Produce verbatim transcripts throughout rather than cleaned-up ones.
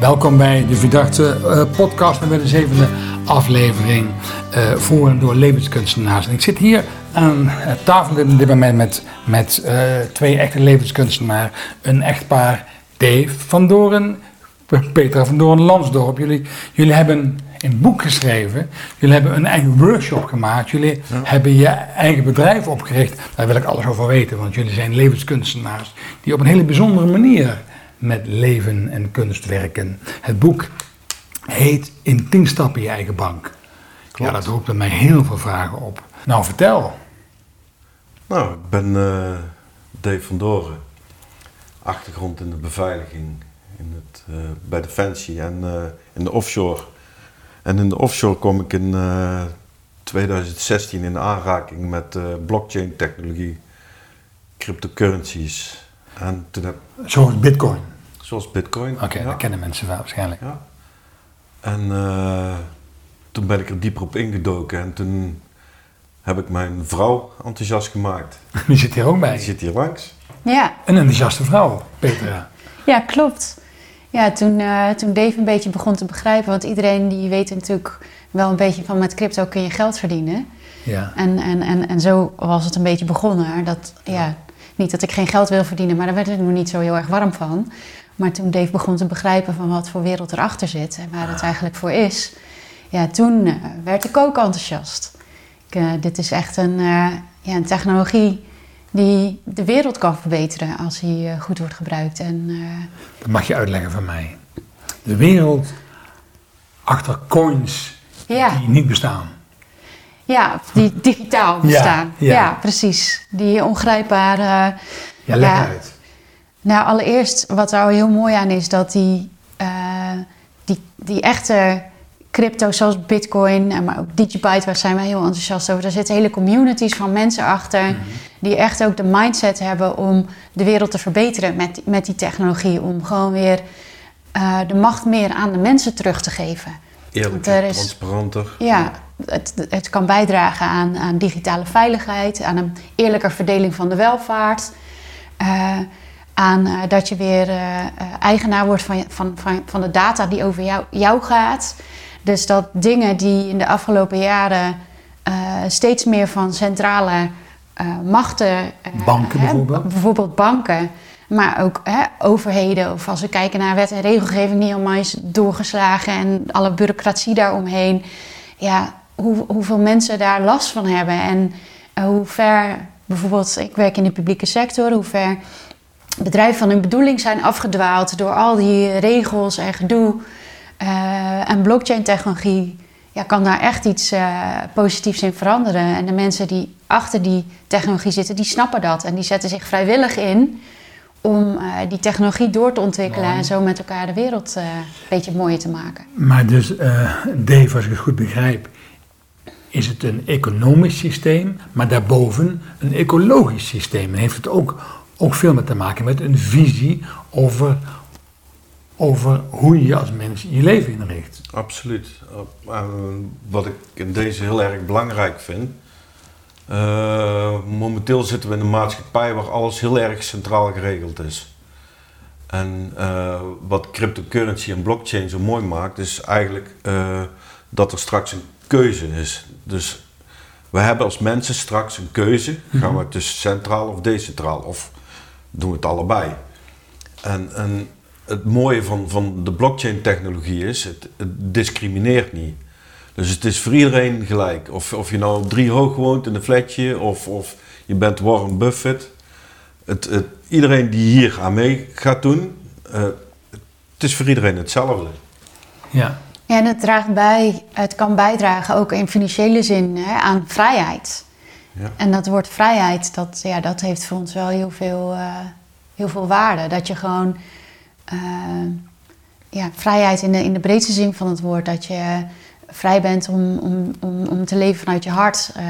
Welkom bij de Verdachte uh, podcast met de zevende aflevering uh, voor door levenskunstenaars. En ik zit hier aan uh, tafel op dit moment met, met uh, twee echte levenskunstenaars. Een echtpaar Dave van Doorn, Petra van Doorn-Lansdorp. Jullie, jullie hebben een boek geschreven, jullie hebben een eigen workshop gemaakt, jullie ja. hebben je eigen bedrijf opgericht. Daar wil ik alles over weten, want jullie zijn levenskunstenaars die op een hele bijzondere manier met leven en kunst werken. Het boek heet In tien stappen je eigen bank. Klopt. Ja, dat roept bij mij heel veel vragen op. Nou, vertel. Nou, ik ben uh, Dave van Doorn. Achtergrond in de beveiliging in het, uh, bij Defensie en uh, in de offshore. En in de offshore kom ik in uh, twintig zestien in aanraking met uh, blockchain technologie, cryptocurrencies. En toen heb... Zoals Bitcoin? Zoals Bitcoin. Oké, okay, ja. Dat kennen mensen wel waarschijnlijk. Ja. En uh, toen ben ik er dieper op ingedoken en toen heb ik mijn vrouw enthousiast gemaakt. Die zit hier ook bij. Die zit hier langs. Ja. Een enthousiaste vrouw, Petra. Ja, klopt. Ja, toen, uh, toen Dave een beetje begon te begrijpen, want iedereen die weet natuurlijk wel een beetje van met crypto kun je geld verdienen. Ja. En, en, en, en zo was het een beetje begonnen. Dat, ja, niet dat ik geen geld wil verdienen, maar daar werd ik nog niet zo heel erg warm van. Maar toen Dave begon te begrijpen van wat voor wereld erachter zit en waar het eigenlijk voor is, ja, toen uh, werd ik ook enthousiast. Ik, uh, dit is echt een, uh, ja, een technologie die de wereld kan verbeteren als die uh, goed wordt gebruikt. En, uh... Dat mag je uitleggen van mij. De wereld achter coins ja. die niet bestaan. Ja, die digitaal bestaan. Ja, ja. ja precies. Die ongrijpbare... Ja, leg ja, uit. Nou, allereerst wat er al heel mooi aan is dat die, uh, die, die echte crypto zoals Bitcoin, maar ook Digibyte, waar zijn wij heel enthousiast over. Daar zitten hele communities van mensen achter mm-hmm. die echt ook de mindset hebben om de wereld te verbeteren met, met die technologie. Om gewoon weer uh, de macht meer aan de mensen terug te geven. Eerlijker, is, transparanter. Ja, het, het kan bijdragen aan, aan digitale veiligheid, aan een eerlijker verdeling van de welvaart. Uh, aan uh, dat je weer uh, uh, eigenaar wordt van, van, van, van de data die over jou, jou gaat. Dus dat dingen die in de afgelopen jaren uh, steeds meer van centrale uh, machten... Uh, banken bijvoorbeeld? Hè, bijvoorbeeld banken, maar ook hè, overheden. Of als we kijken naar wet en regelgeving die allemaal is doorgeslagen en alle bureaucratie daaromheen. Ja, hoe, hoeveel mensen daar last van hebben en uh, hoe ver... Bijvoorbeeld, ik werk in de publieke sector, hoe ver bedrijven van hun bedoeling zijn afgedwaald door al die regels en gedoe. Uh, en blockchain-technologie ja, kan daar echt iets uh, positiefs in veranderen. En de mensen die achter die technologie zitten, die snappen dat. En die zetten zich vrijwillig in om uh, die technologie door te ontwikkelen Mooi. En zo met elkaar de wereld uh, een beetje mooier te maken. Maar dus, uh, Dave, als ik het goed begrijp, is het een economisch systeem, maar daarboven een ecologisch systeem. En heeft het ook, ook veel met te maken met een visie over, over hoe je als mens je leven inricht. Absoluut. Uh, wat ik in deze heel erg belangrijk vind. Uh, momenteel zitten we in een maatschappij waar alles heel erg centraal geregeld is. En uh, wat cryptocurrency en blockchain zo mooi maakt, is eigenlijk uh, dat er straks een keuze is. Dus we hebben als mensen straks een keuze. Gaan we het dus centraal of decentraal? Of doen we het allebei? En, en het mooie van, van de blockchain technologie is, het, het discrimineert niet. Dus het is voor iedereen gelijk. Of, of je nou op drie hoog woont in een flatje, of, of je bent Warren Buffett. Het, het, iedereen die hier aan mee gaat doen, uh, het is voor iedereen hetzelfde. Ja. Ja, en het draagt bij, het kan bijdragen ook in financiële zin hè, aan vrijheid. Ja. En dat woord vrijheid, dat, ja, dat heeft voor ons wel heel veel, uh, heel veel waarde. Dat je gewoon uh, ja, vrijheid in de, in de breedste zin van het woord, dat je vrij bent om, om, om, om te leven vanuit je hart. Uh,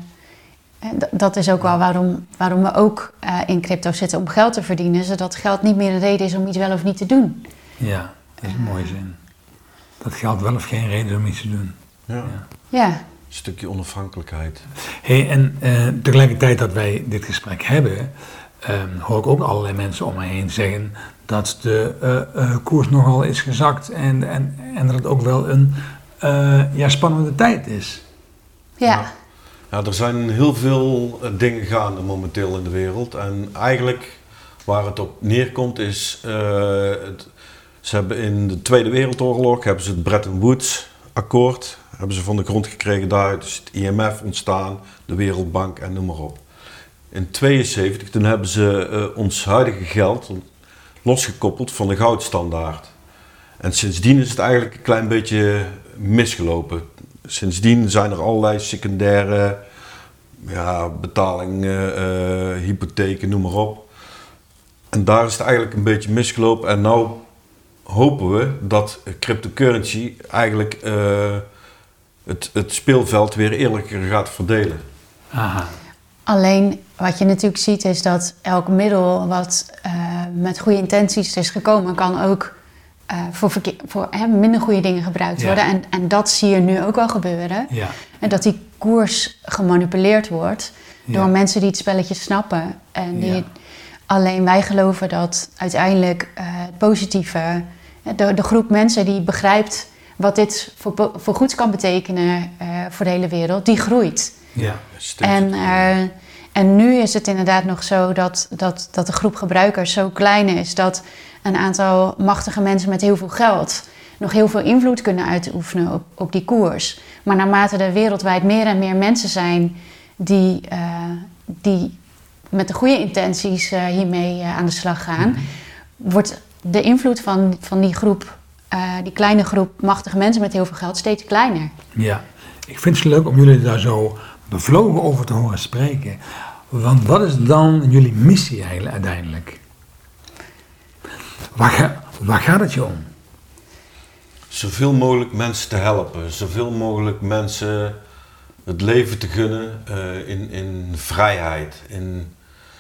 en d- dat is ook wel waarom, waarom we ook uh, in crypto zitten, om geld te verdienen, zodat geld niet meer een reden is om iets wel of niet te doen. Ja, dat is een mooie zin. Dat geld wel of geen reden om iets te doen. Ja. Ja. ja. Een stukje onafhankelijkheid. Hey, en uh, tegelijkertijd dat wij dit gesprek hebben, um, hoor ik ook allerlei mensen om me heen zeggen dat de uh, uh, koers nogal is gezakt en, en, en dat het ook wel een uh, ja, spannende tijd is. Ja. Ja. Ja, er zijn heel veel uh, dingen gaande momenteel in de wereld en eigenlijk waar het op neerkomt is, uh, het, ze hebben in de Tweede Wereldoorlog hebben ze het Bretton Woods akkoord, hebben ze van de grond gekregen, daaruit is het I M F ontstaan, de Wereldbank en noem maar op. In tweeënzeventig toen hebben ze uh, ons huidige geld losgekoppeld van de goudstandaard. En sindsdien is het eigenlijk een klein beetje misgelopen. Sindsdien zijn er allerlei secundaire ja, betalingen, uh, hypotheken, noem maar op. En daar is het eigenlijk een beetje misgelopen. En nu hopen we dat cryptocurrency eigenlijk uh, het, het speelveld weer eerlijker gaat verdelen. Aha. Alleen wat je natuurlijk ziet is dat elk middel wat uh, met goede intenties is gekomen, kan ook uh, voor, verkeer, voor hè, minder goede dingen gebruikt Ja. worden. En, en dat zie je nu ook al gebeuren. Ja. En dat die koers gemanipuleerd wordt door Ja. mensen die het spelletje snappen. En die, Ja. Alleen wij geloven dat uiteindelijk uh, het positieve, de, de groep mensen die begrijpt wat dit voor, voor goeds kan betekenen uh, voor de hele wereld, die groeit. Ja. En, uh, en nu is het inderdaad nog zo dat, dat, dat de groep gebruikers zo klein is dat een aantal machtige mensen met heel veel geld nog heel veel invloed kunnen uitoefenen op, op die koers. Maar naarmate er wereldwijd meer en meer mensen zijn die, uh, die met de goede intenties uh, hiermee uh, aan de slag gaan, mm-hmm. wordt de invloed van, van die groep, uh, die kleine groep machtige mensen met heel veel geld steeds kleiner. Ja, ik vind het leuk om jullie daar zo bevlogen over te horen spreken. Want wat is dan jullie missie eigenlijk uiteindelijk? Waar, ga, waar gaat het je om? Zoveel mogelijk mensen te helpen, zoveel mogelijk mensen het leven te gunnen uh, in, in vrijheid, in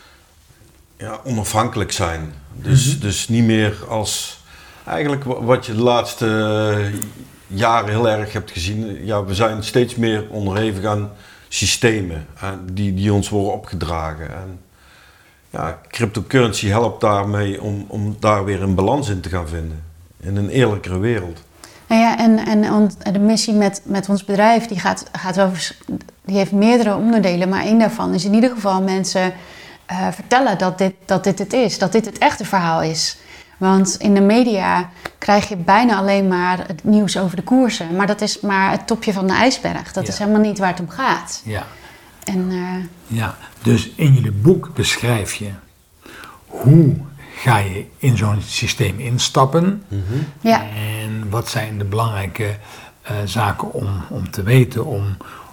ja, onafhankelijk zijn. Dus, mm-hmm. dus niet meer als eigenlijk wat je de laatste uh, jaren heel erg hebt gezien. Ja, we zijn steeds meer onderhevig aan systemen uh, die, die ons worden opgedragen. En ja, cryptocurrency helpt daarmee om, om daar weer een balans in te gaan vinden. In een eerlijkere wereld. Nou ja, en, en on, de missie met, met ons bedrijf die gaat, gaat over, die heeft meerdere onderdelen, maar één daarvan is in ieder geval mensen uh, vertellen dat dit, dat dit het is, dat dit het echte verhaal is. Want in de media krijg je bijna alleen maar het nieuws over de koersen, maar dat is maar het topje van de ijsberg. Dat ja. is helemaal niet waar het om gaat. Ja. En, uh, ja, dus in jullie boek beschrijf je hoe ga je in zo'n systeem instappen. Mm-hmm. Ja. En wat zijn de belangrijke uh, zaken om, om te weten, om,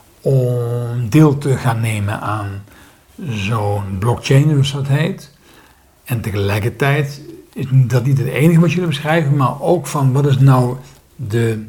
om deel te gaan nemen aan zo'n blockchain, zoals dat heet. En tegelijkertijd is dat niet het enige wat jullie beschrijven, maar ook van wat is nou de,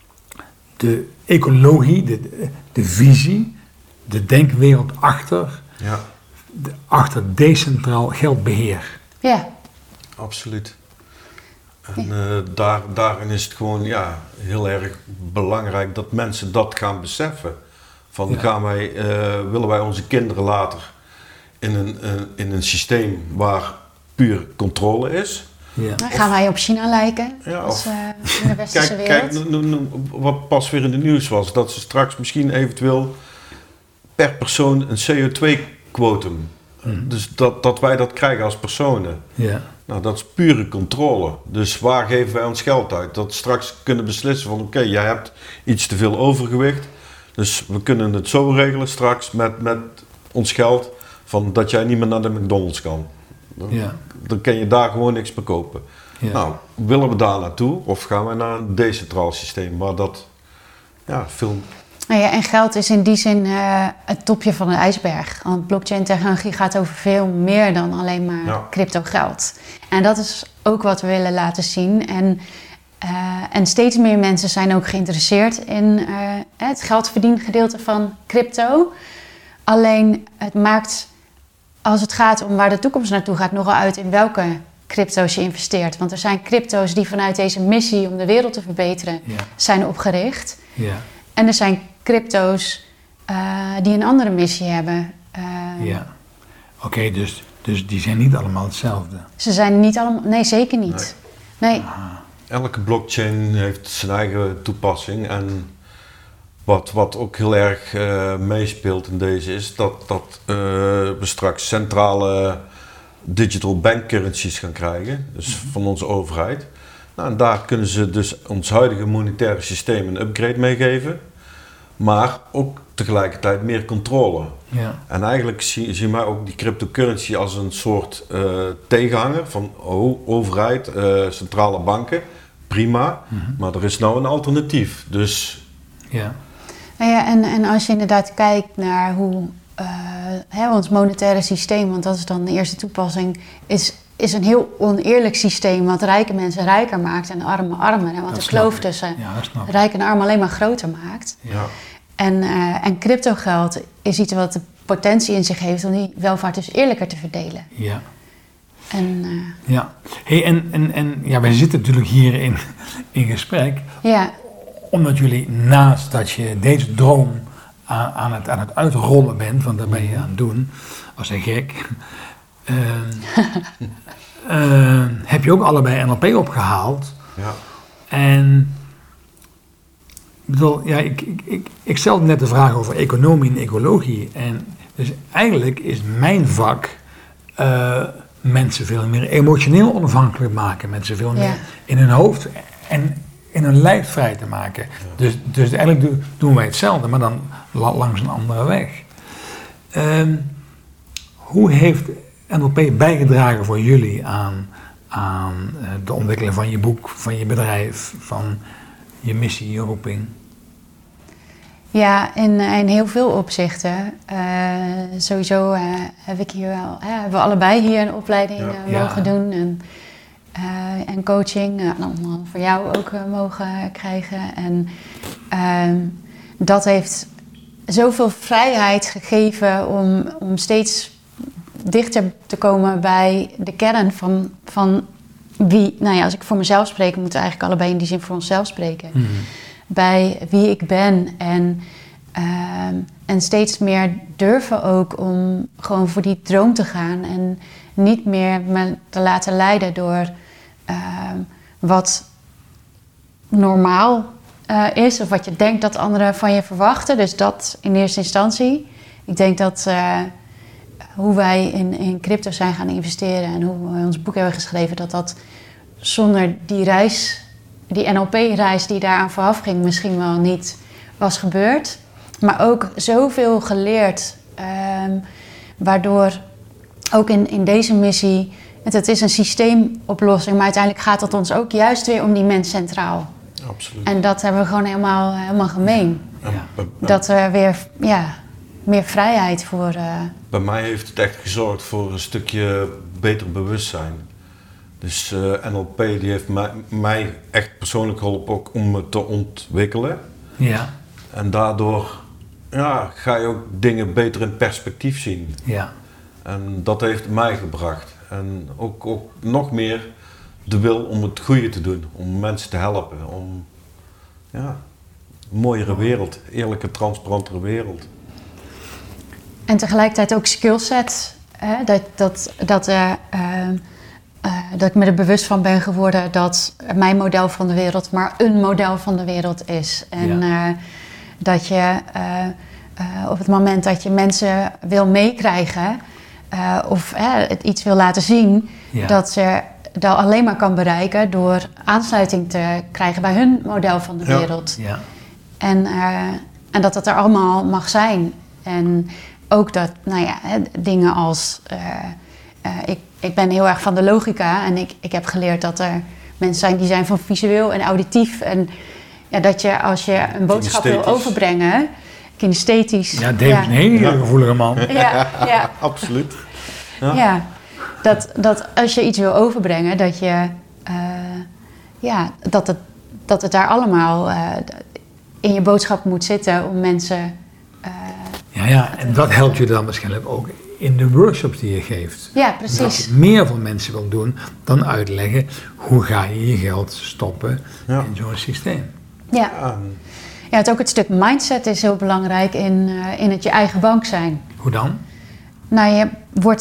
de ecologie, de, de visie, de denkwereld achter, ja. de, achter decentraal geldbeheer. Ja. Absoluut. En uh, daar, daarin is het gewoon ja, heel erg belangrijk dat mensen dat gaan beseffen. Van Ja. gaan wij, uh, willen wij onze kinderen later in een, uh, in een systeem waar puur controle is? Ja. Dan gaan wij op China lijken, Ja, als, of, uh, in de westerse kijk, wereld. kijk nu, nu, wat pas weer in de nieuws was, dat ze straks misschien eventueel per persoon een C O twee quotum. Mm. Dus dat, dat wij dat krijgen als personen. Ja. Nou, dat is pure controle. Dus waar geven wij ons geld uit? Dat we straks kunnen beslissen van oké, okay, jij hebt iets te veel overgewicht. Dus we kunnen het zo regelen straks met, met ons geld van dat jij niet meer naar de McDonald's kan. Dan, Ja. dan kan je daar gewoon niks meer kopen. Ja. Nou, willen we daar naartoe of gaan we naar een decentraal systeem waar dat ja, veel... Nou ja, en geld is in die zin uh, het topje van de ijsberg. Want blockchain-technologie gaat over veel meer dan alleen maar Ja. crypto-geld. En dat is ook wat we willen laten zien. En, uh, en steeds meer mensen zijn ook geïnteresseerd in uh, het geldverdiengedeelte van crypto. Alleen het maakt, als het gaat om waar de toekomst naartoe gaat, nogal uit in welke crypto's je investeert. Want er zijn crypto's die vanuit deze missie om de wereld te verbeteren Ja. zijn opgericht. Ja. En er zijn crypto's uh, die een andere missie hebben. Uh, Ja. Oké, okay, dus Dus die zijn niet allemaal hetzelfde. Ze zijn niet allemaal... Nee, zeker niet. Nee. nee. Elke blockchain heeft zijn eigen toepassing. En wat, wat ook heel erg uh, meespeelt in deze is dat, dat uh, we straks centrale digital bank currencies gaan krijgen. Dus mm-hmm. van onze overheid. Nou, en daar kunnen ze dus ons huidige monetaire systeem een upgrade mee geven. Maar ook tegelijkertijd meer controle. Ja. En eigenlijk zien zie wij ook die cryptocurrency als een soort uh, tegenhanger van oh, overheid, uh, centrale banken. Prima, mm-hmm. maar er is nou een alternatief. Dus... Ja. Nou ja, en, en als je inderdaad kijkt naar hoe uh, hè, ons monetaire systeem, want dat is dan de eerste toepassing, is, is een heel oneerlijk systeem wat rijke mensen rijker maakt en armen armer. En wat de kloof tussen ja, rijk en arm alleen maar groter maakt. Ja. En, uh, en cryptogeld is iets wat de potentie in zich heeft om die welvaart dus eerlijker te verdelen. Ja. En, uh, ja. Hey, en, en, en ja, wij zitten natuurlijk hier in, in gesprek. Ja. Omdat jullie naast dat je deze droom aan, aan, het, aan het uitrollen bent, want dat ben je aan het doen, als een gek, uh, uh, heb je ook allebei N L P opgehaald. Ja. En ik bedoel, ja, ik, ik, ik, ik stelde net de vraag over economie en ecologie. En dus eigenlijk is mijn vak uh, mensen veel meer emotioneel onafhankelijk maken, mensen veel meer ja. in hun hoofd en in hun lijf vrij te maken. Ja. Dus, dus eigenlijk doen, doen wij hetzelfde, maar dan langs een andere weg. Um, hoe heeft N L P bijgedragen voor jullie aan, aan uh, de ontwikkeling van je boek, van je bedrijf, van je missie, je roeping? Ja, in, in heel veel opzichten. Uh, sowieso uh, heb ik hier wel, uh, hebben we allebei hier een opleiding uh, ja. mogen ja. doen. En, uh, en coaching, uh, dan voor jou ook uh, mogen krijgen. En uh, dat heeft zoveel vrijheid gegeven om, om steeds dichter te komen bij de kern van, van wie... Nou ja, als ik voor mezelf spreek, moeten we eigenlijk allebei in die zin voor onszelf spreken. Mm-hmm. Bij wie ik ben en, uh, en steeds meer durven ook om gewoon voor die droom te gaan en niet meer me te laten leiden door uh, wat normaal uh, is of wat je denkt dat anderen van je verwachten. Dus dat in eerste instantie. Ik denk dat uh, hoe wij in, in crypto zijn gaan investeren en hoe we ons boek hebben geschreven, dat dat zonder die reis... die N L P-reis die daaraan vooraf ging misschien wel niet was gebeurd. Maar ook zoveel geleerd. Um, waardoor ook in, in deze missie... Het, het is een systeemoplossing, maar uiteindelijk gaat het ons ook juist weer om die mens centraal. Absoluut. En dat hebben we gewoon helemaal, helemaal gemeen. Ja. Ja. Dat er weer ja, meer vrijheid voor... Uh... Bij mij heeft het echt gezorgd voor een stukje beter bewustzijn. Dus uh, N L P die heeft mij, mij echt persoonlijk geholpen ook om me te ontwikkelen. Ja. En daardoor ja, ga je ook dingen beter in perspectief zien. Ja. En dat heeft mij gebracht. En ook, ook nog meer de wil om het goede te doen. Om mensen te helpen. Om ja, een mooiere wereld. Eerlijke, transparantere wereld. En tegelijkertijd ook skillset. Hè? Dat... dat, dat uh, uh, Uh, dat ik me er bewust van ben geworden dat mijn model van de wereld maar een model van de wereld is. En ja. uh, dat je uh, uh, op het moment dat je mensen wil meekrijgen uh, of uh, het iets wil laten zien, ja. dat je dat alleen maar kan bereiken door aansluiting te krijgen bij hun model van de ja. wereld. Ja. En, uh, en dat dat er allemaal mag zijn. En ook dat, nou ja, dingen als... Uh, uh, ik Ik ben heel erg van de logica en ik, ik heb geleerd dat er mensen zijn die zijn van visueel en auditief. En ja, dat je als je een boodschap wil overbrengen, kinesthetisch. Ja, Dave ja. is een hele ja. gevoelige man. Ja, ja. Absoluut. Ja, ja dat, dat als je iets wil overbrengen, dat je uh, ja, dat het, dat het daar allemaal uh, in je boodschap moet zitten om mensen... Uh, ja, ja, en dat helpt je dan waarschijnlijk ook in de workshops die je geeft. Ja, precies. Dat je meer van mensen wil doen dan uitleggen hoe ga je je geld stoppen ja. in zo'n systeem. Ja. Ja, het ook het stuk mindset is heel belangrijk in, uh, in het je eigen bank zijn. Hoe dan? Nou, je wordt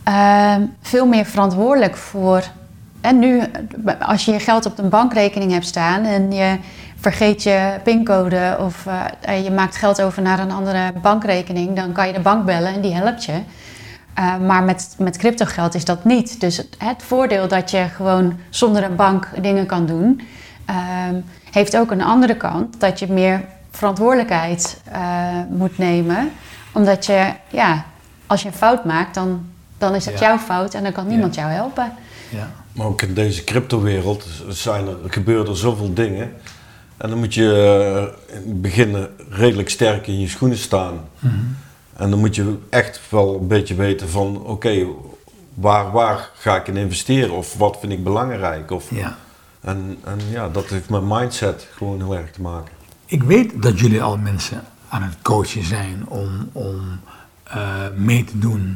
uh, veel meer verantwoordelijk voor. En nu, als je je geld op een bankrekening hebt staan en je vergeet je pincode of uh, je maakt geld over naar een andere bankrekening, dan kan je de bank bellen en die helpt je. Uh, maar met, met cryptogeld is dat niet. Dus het, het voordeel dat je gewoon zonder een bank dingen kan doen, uh, heeft ook een andere kant, dat je meer verantwoordelijkheid uh, moet nemen. Omdat je, ja, als je een fout maakt, dan, dan is het ja. jouw fout en dan kan niemand ja. jou helpen. Ja. Maar ook in deze cryptowereld zijn er, gebeuren er zoveel dingen. En dan moet je uh, in het begin redelijk sterk in je schoenen staan. Mm-hmm. En dan moet je echt wel een beetje weten van, oké, okay, waar, waar ga ik in investeren? Of wat vind ik belangrijk? Of, ja. En, en ja, dat heeft met mindset gewoon heel erg te maken. Ik weet dat jullie al mensen aan het coachen zijn om, om uh, mee te doen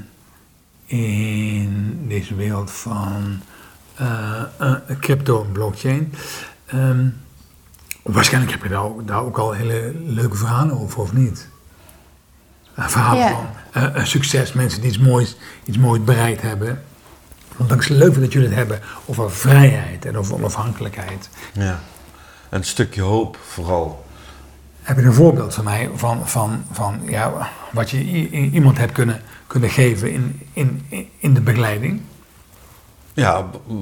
in deze wereld van uh, uh, crypto en blockchain. Um, waarschijnlijk heb je daar ook, daar ook al hele leuke verhalen over, of niet? Een verhaal ja. van uh, succes, mensen die iets moois, iets moois bereikt hebben. Want het is leuk dat jullie het hebben over vrijheid en over onafhankelijkheid. Ja, en een stukje hoop vooral. Heb je een voorbeeld van mij van, van, van ja, wat je i- iemand hebt kunnen, kunnen geven in, in, in de begeleiding? Ja,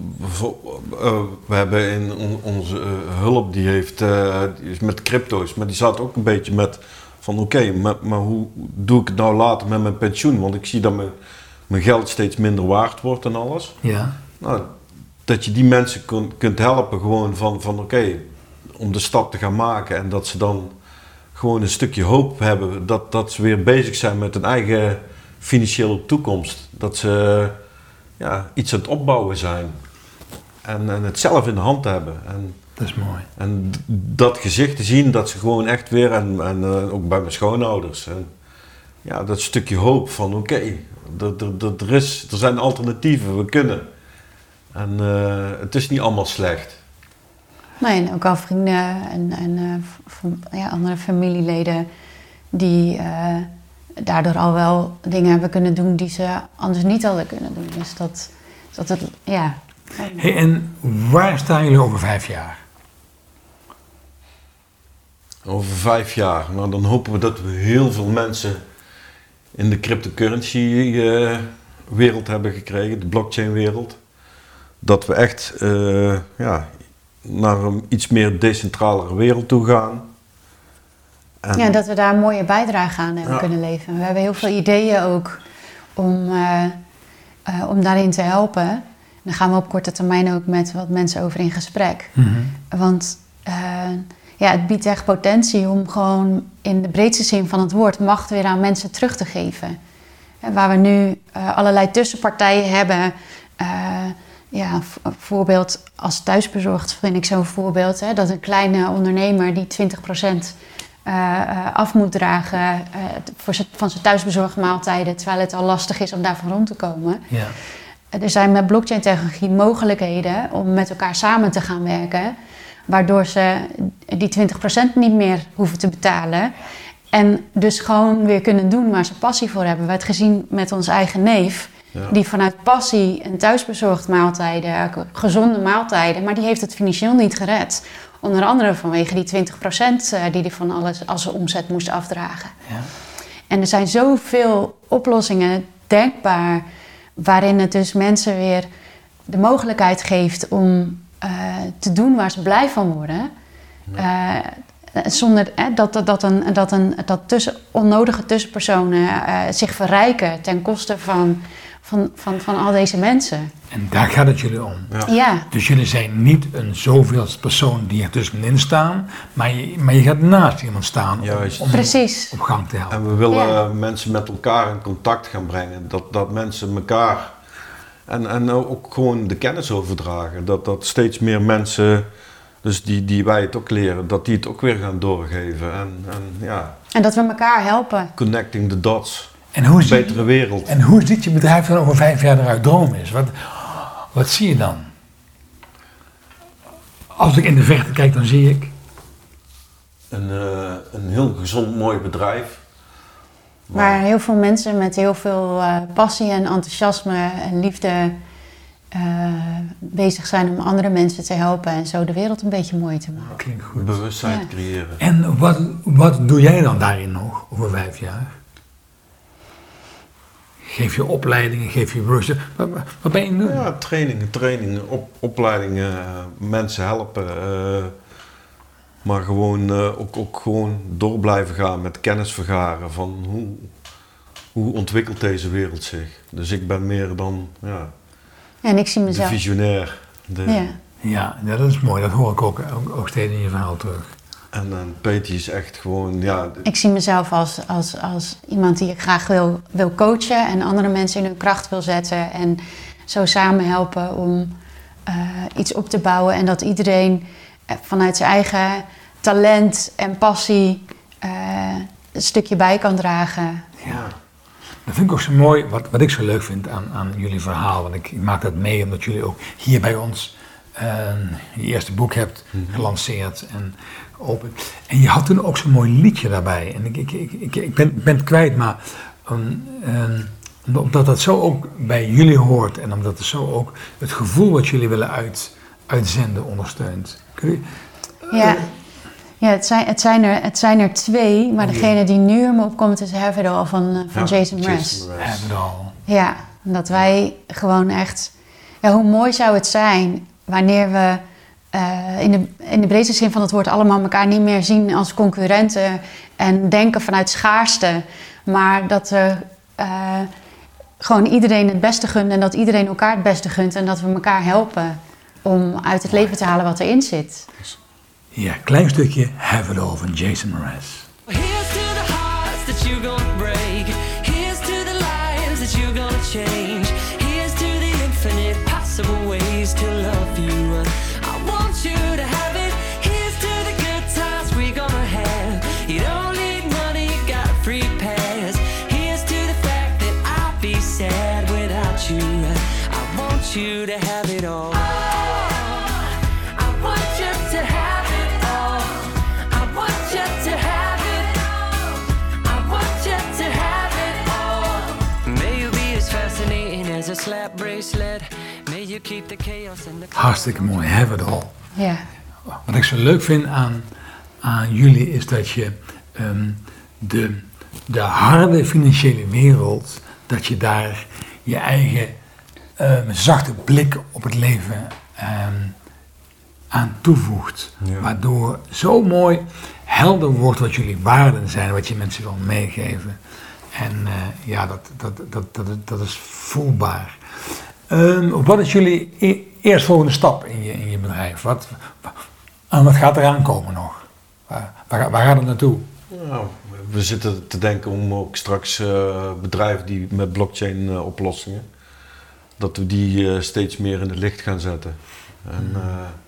we hebben in on, onze uh, hulp, die heeft uh, die is met crypto's, maar die zat ook een beetje met van oké, okay, maar, maar hoe doe ik het nou later met mijn pensioen? Want ik zie dat mijn, mijn geld steeds minder waard wordt en alles. Ja. Nou, dat je die mensen kun, kunt helpen gewoon van, van oké, okay, om de stap te gaan maken en dat ze dan gewoon een stukje hoop hebben dat, dat ze weer bezig zijn met hun eigen financiële toekomst. Dat ze ja, iets aan het opbouwen zijn en, en het zelf in de hand hebben. En, dat is mooi. En d- dat gezicht te zien, dat ze gewoon echt weer, en, en uh, ook bij mijn schoonouders, en, ja, dat stukje hoop van oké, okay, er, er, er zijn alternatieven, we kunnen. En uh, het is niet allemaal slecht. Nee, en ook al vrienden en, en uh, van, ja, andere familieleden die uh, daardoor al wel dingen hebben kunnen doen die ze anders niet hadden kunnen doen. Dus dat, dat het, ja. Hey, en waar staan jullie over vijf jaar? Over vijf jaar, nou dan hopen we dat we heel veel mensen in de cryptocurrency uh, wereld hebben gekregen, de blockchain wereld. Dat we echt uh, ja, naar een iets meer decentralere wereld toe gaan. En ja, dat we daar een mooie bijdrage aan hebben ja. kunnen leveren. We hebben heel veel ideeën ook om, uh, uh, om daarin te helpen. En dan gaan we op korte termijn ook met wat mensen over in gesprek. Mm-hmm. Want uh, ja, het biedt echt potentie om gewoon in de breedste zin van het woord macht weer aan mensen terug te geven. En waar we nu uh, allerlei tussenpartijen hebben. Uh, ja, een voorbeeld als thuisbezorgd vind ik zo'n voorbeeld. Hè, dat een kleine ondernemer die twintig procent uh, uh, af moet dragen uh, voor z- van zijn thuisbezorgde maaltijden, terwijl het al lastig is om daarvan rond te komen. Ja. Er zijn met blockchain-technologie mogelijkheden om met elkaar samen te gaan werken, waardoor ze die twintig procent niet meer hoeven te betalen. En dus gewoon weer kunnen doen waar ze passie voor hebben. We hebben het gezien met ons eigen neef, ja. die vanuit passie een thuisbezorgd maaltijden, gezonde maaltijden, maar die heeft het financieel niet gered. Onder andere vanwege die twintig procent die hij van alles als zijn omzet moest afdragen. Ja. En er zijn zoveel oplossingen denkbaar waarin het dus mensen weer de mogelijkheid geeft om uh, te doen waar ze blij van worden. Ja. Uh, zonder eh, dat, dat, dat, een, dat, een, dat tussen, onnodige tussenpersonen uh, zich verrijken ten koste van, van, van, van al deze mensen. En daar gaat het jullie om. Ja. Ja. Dus jullie zijn niet een zoveelste persoon die er tussenin staan, maar je, maar je gaat naast iemand staan om, om Precies. op gang te helpen. En we willen ja. mensen met elkaar in contact gaan brengen. Dat, dat mensen elkaar en, en ook gewoon de kennis overdragen. Dat, dat steeds meer mensen, dus die, die wij het ook leren, dat die het ook weer gaan doorgeven. En, en, ja, en dat we elkaar helpen. Connecting the dots. En hoe een betere ziet, wereld. En hoe ziet je bedrijf dan over vijf jaar eruit? Droom is. Wat, wat zie je dan? Als ik in de verte kijk, dan zie ik Een, uh, een heel gezond, mooi bedrijf. Waar heel veel mensen met heel veel uh, passie en enthousiasme en liefde uh, bezig zijn om andere mensen te helpen en zo de wereld een beetje mooi te maken. Klinkt goed. Bewustzijn Ja. creëren. En wat, wat doe jij dan daarin nog over vijf jaar? Geef je opleidingen, geef je workshops. Wat, wat ben je nu? Ja, trainingen, trainingen, op, opleidingen, uh, mensen helpen. Uh, maar gewoon uh, ook, ook gewoon door blijven gaan met kennis vergaren van hoe, hoe ontwikkelt deze wereld zich. Dus ik ben meer dan ja, En ik zie de mezelf. visionair. De, Ja. Ja, ja, dat is mooi. Dat hoor ik ook, ook, ook steeds in je verhaal terug. En, en Peetje is echt gewoon, ja... de- Ik zie mezelf als, als, als iemand die ik graag wil, wil coachen en andere mensen in hun kracht wil zetten. En zo samen helpen om uh, iets op te bouwen. En dat iedereen uh, vanuit zijn eigen talent en passie uh, een stukje bij kan dragen. Ja. Dat vind ik ook zo mooi, wat, wat ik zo leuk vind aan, aan jullie verhaal. Want ik, ik maak dat mee omdat jullie ook hier bij ons uh, je eerste boek hebt gelanceerd. En, open. En je had toen ook zo'n mooi liedje daarbij. En ik, ik, ik, ik, ik ben, ben het kwijt, maar um, um, omdat dat zo ook bij jullie hoort. En omdat het zo ook het gevoel wat jullie willen uit, uitzenden ondersteunt. Kun je, uh, Ja, ja het, zijn, het, zijn er, het zijn er twee, maar Oh, degene die nu in me opkomt is Have It All van, uh, van ja, Jason Mraz. Mraz. Have it all. Ja, dat wij gewoon echt... Ja, hoe mooi zou het zijn wanneer we uh, in, de, in de breedste zin van het woord allemaal elkaar niet meer zien als concurrenten en denken vanuit schaarste, maar dat we uh, gewoon iedereen het beste gunnen en dat iedereen elkaar het beste gunt en dat we elkaar helpen om uit het leven te halen wat erin zit. Ja, klein stukje Have it all van Jason Mraz. Here's to the hearts that you're gonna break. Here's to the lives that you're gonna change. Here's to the infinite possible ways to love you. I want you to have it. Here's to the good times we're gonna have. You don't need money, you got a free pass. Here's to the fact that I'll be sad without you. I want you to have it all. I want you to have it all. I want you to have it. I want you to have it all. May you be as fascinating as a slap bracelet. May you keep the chaos and the Hartstikke mooi, Have it all. Ja, Wat ik zo leuk vind aan, aan jullie is dat je um, de, de harde financiële wereld, dat je daar je eigen um, zachte blik op het leven um, aan toevoegt. Ja. Waardoor zo mooi helder wordt wat jullie waarden zijn, wat je mensen wil meegeven. En uh, ja, dat, dat, dat, dat, dat is voelbaar. Um, wat is jullie e- eerstvolgende stap in je, in je bedrijf? Wat, en wat gaat eraan komen nog? Waar, waar, waar gaat het naartoe? Nou, we zitten te denken om ook straks uh, bedrijven die met blockchain uh, oplossingen, dat we die uh, steeds meer in het licht gaan zetten. En, uh,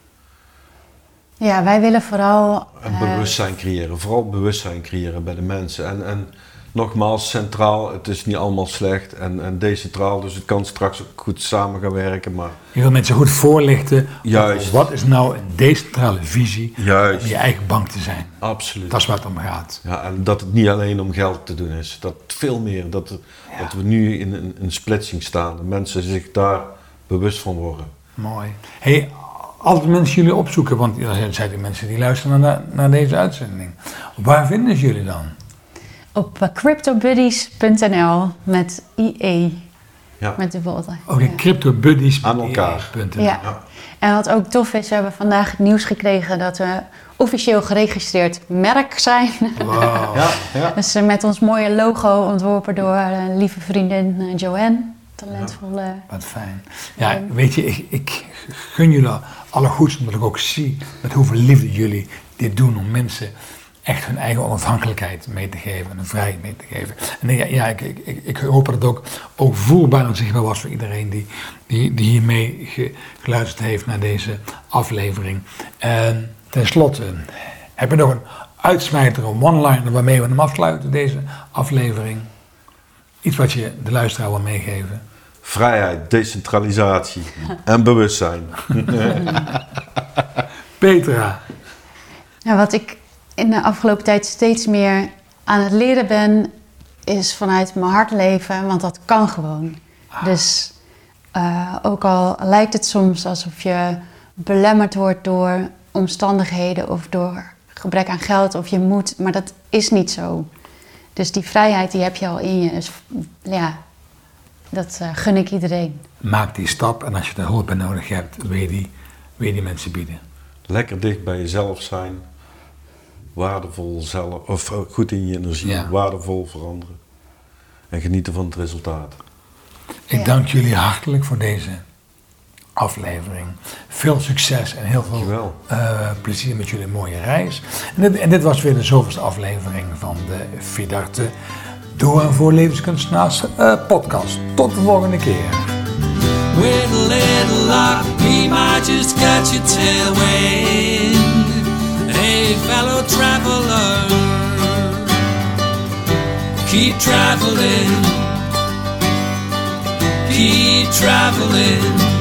ja wij willen vooral... en uh, bewustzijn creëren, vooral bewustzijn creëren bij de mensen. En, en nogmaals, centraal, het is niet allemaal slecht en, en decentraal, dus het kan straks ook goed samen gaan werken. Maar Je wil mensen goed voorlichten. Juist. Over wat is nou een decentrale visie Juist. om je eigen bank te zijn? absoluut. Dat is waar het om gaat. Ja, en dat het niet alleen om geld te doen is. Dat veel meer. Dat, het- Ja. dat we nu in een, een splitsing staan. Dat mensen zich daar bewust van worden. Mooi. Hey, als mensen jullie opzoeken, want er zijn die mensen die luisteren naar, de- naar deze uitzending. Waar vinden ze jullie dan? Op uh, cryptobuddies punt n l met I E, Ja. met de botte. Oké, Ja. cryptobuddies. Aan elkaar. Ja. Ja. En wat ook tof is, we hebben vandaag het nieuws gekregen dat we officieel geregistreerd merk zijn. Wow. Ja, ja. Dus uh, met ons mooie logo ontworpen door uh, lieve vriendin uh, Joanne. Talentvolle. Wat fijn. Ja, weet je, ik, ik gun jullie alle goeds, omdat ik ook zie met hoeveel liefde jullie dit doen om mensen echt hun eigen onafhankelijkheid mee te geven en hun vrijheid mee te geven. En ja, ja ik, ik, ik, ik hoop dat het ook, ook voelbaar en zichtbaar was voor iedereen die, die, die hiermee ge, geluisterd heeft naar deze aflevering. En ten slotte, heb je nog een uitsmijter, een one-liner waarmee we hem afsluiten, deze aflevering? Iets wat je de luisteraar wil meegeven? Vrijheid, decentralisatie en bewustzijn. Petra. Nou, wat ik in de afgelopen tijd steeds meer aan het leren ben, is vanuit mijn hart leven, want dat kan gewoon. Ah. Dus uh, ook al lijkt het soms alsof je belemmerd wordt door omstandigheden of door gebrek aan geld of je moet, maar dat is niet zo. Dus die vrijheid die heb je al in je. Dus ja, dat uh, gun ik iedereen. Maak die stap en als je er hulp bij nodig hebt, wil je die, wil je die mensen bieden. Lekker dicht bij jezelf zijn. Waardevol zelf, of goed in je energie, ja. waardevol veranderen. En genieten van het resultaat. Ik ja. dank jullie hartelijk voor deze aflevering. Veel succes en heel veel uh, plezier met jullie mooie reis. En dit, en dit was weer de zoveelste aflevering van de Vidarte Door en voor levenskunstenaars uh, podcast. Tot de volgende keer. With a little luck, we might just catch a tailwind. Hey, fellow traveler, keep traveling, keep traveling.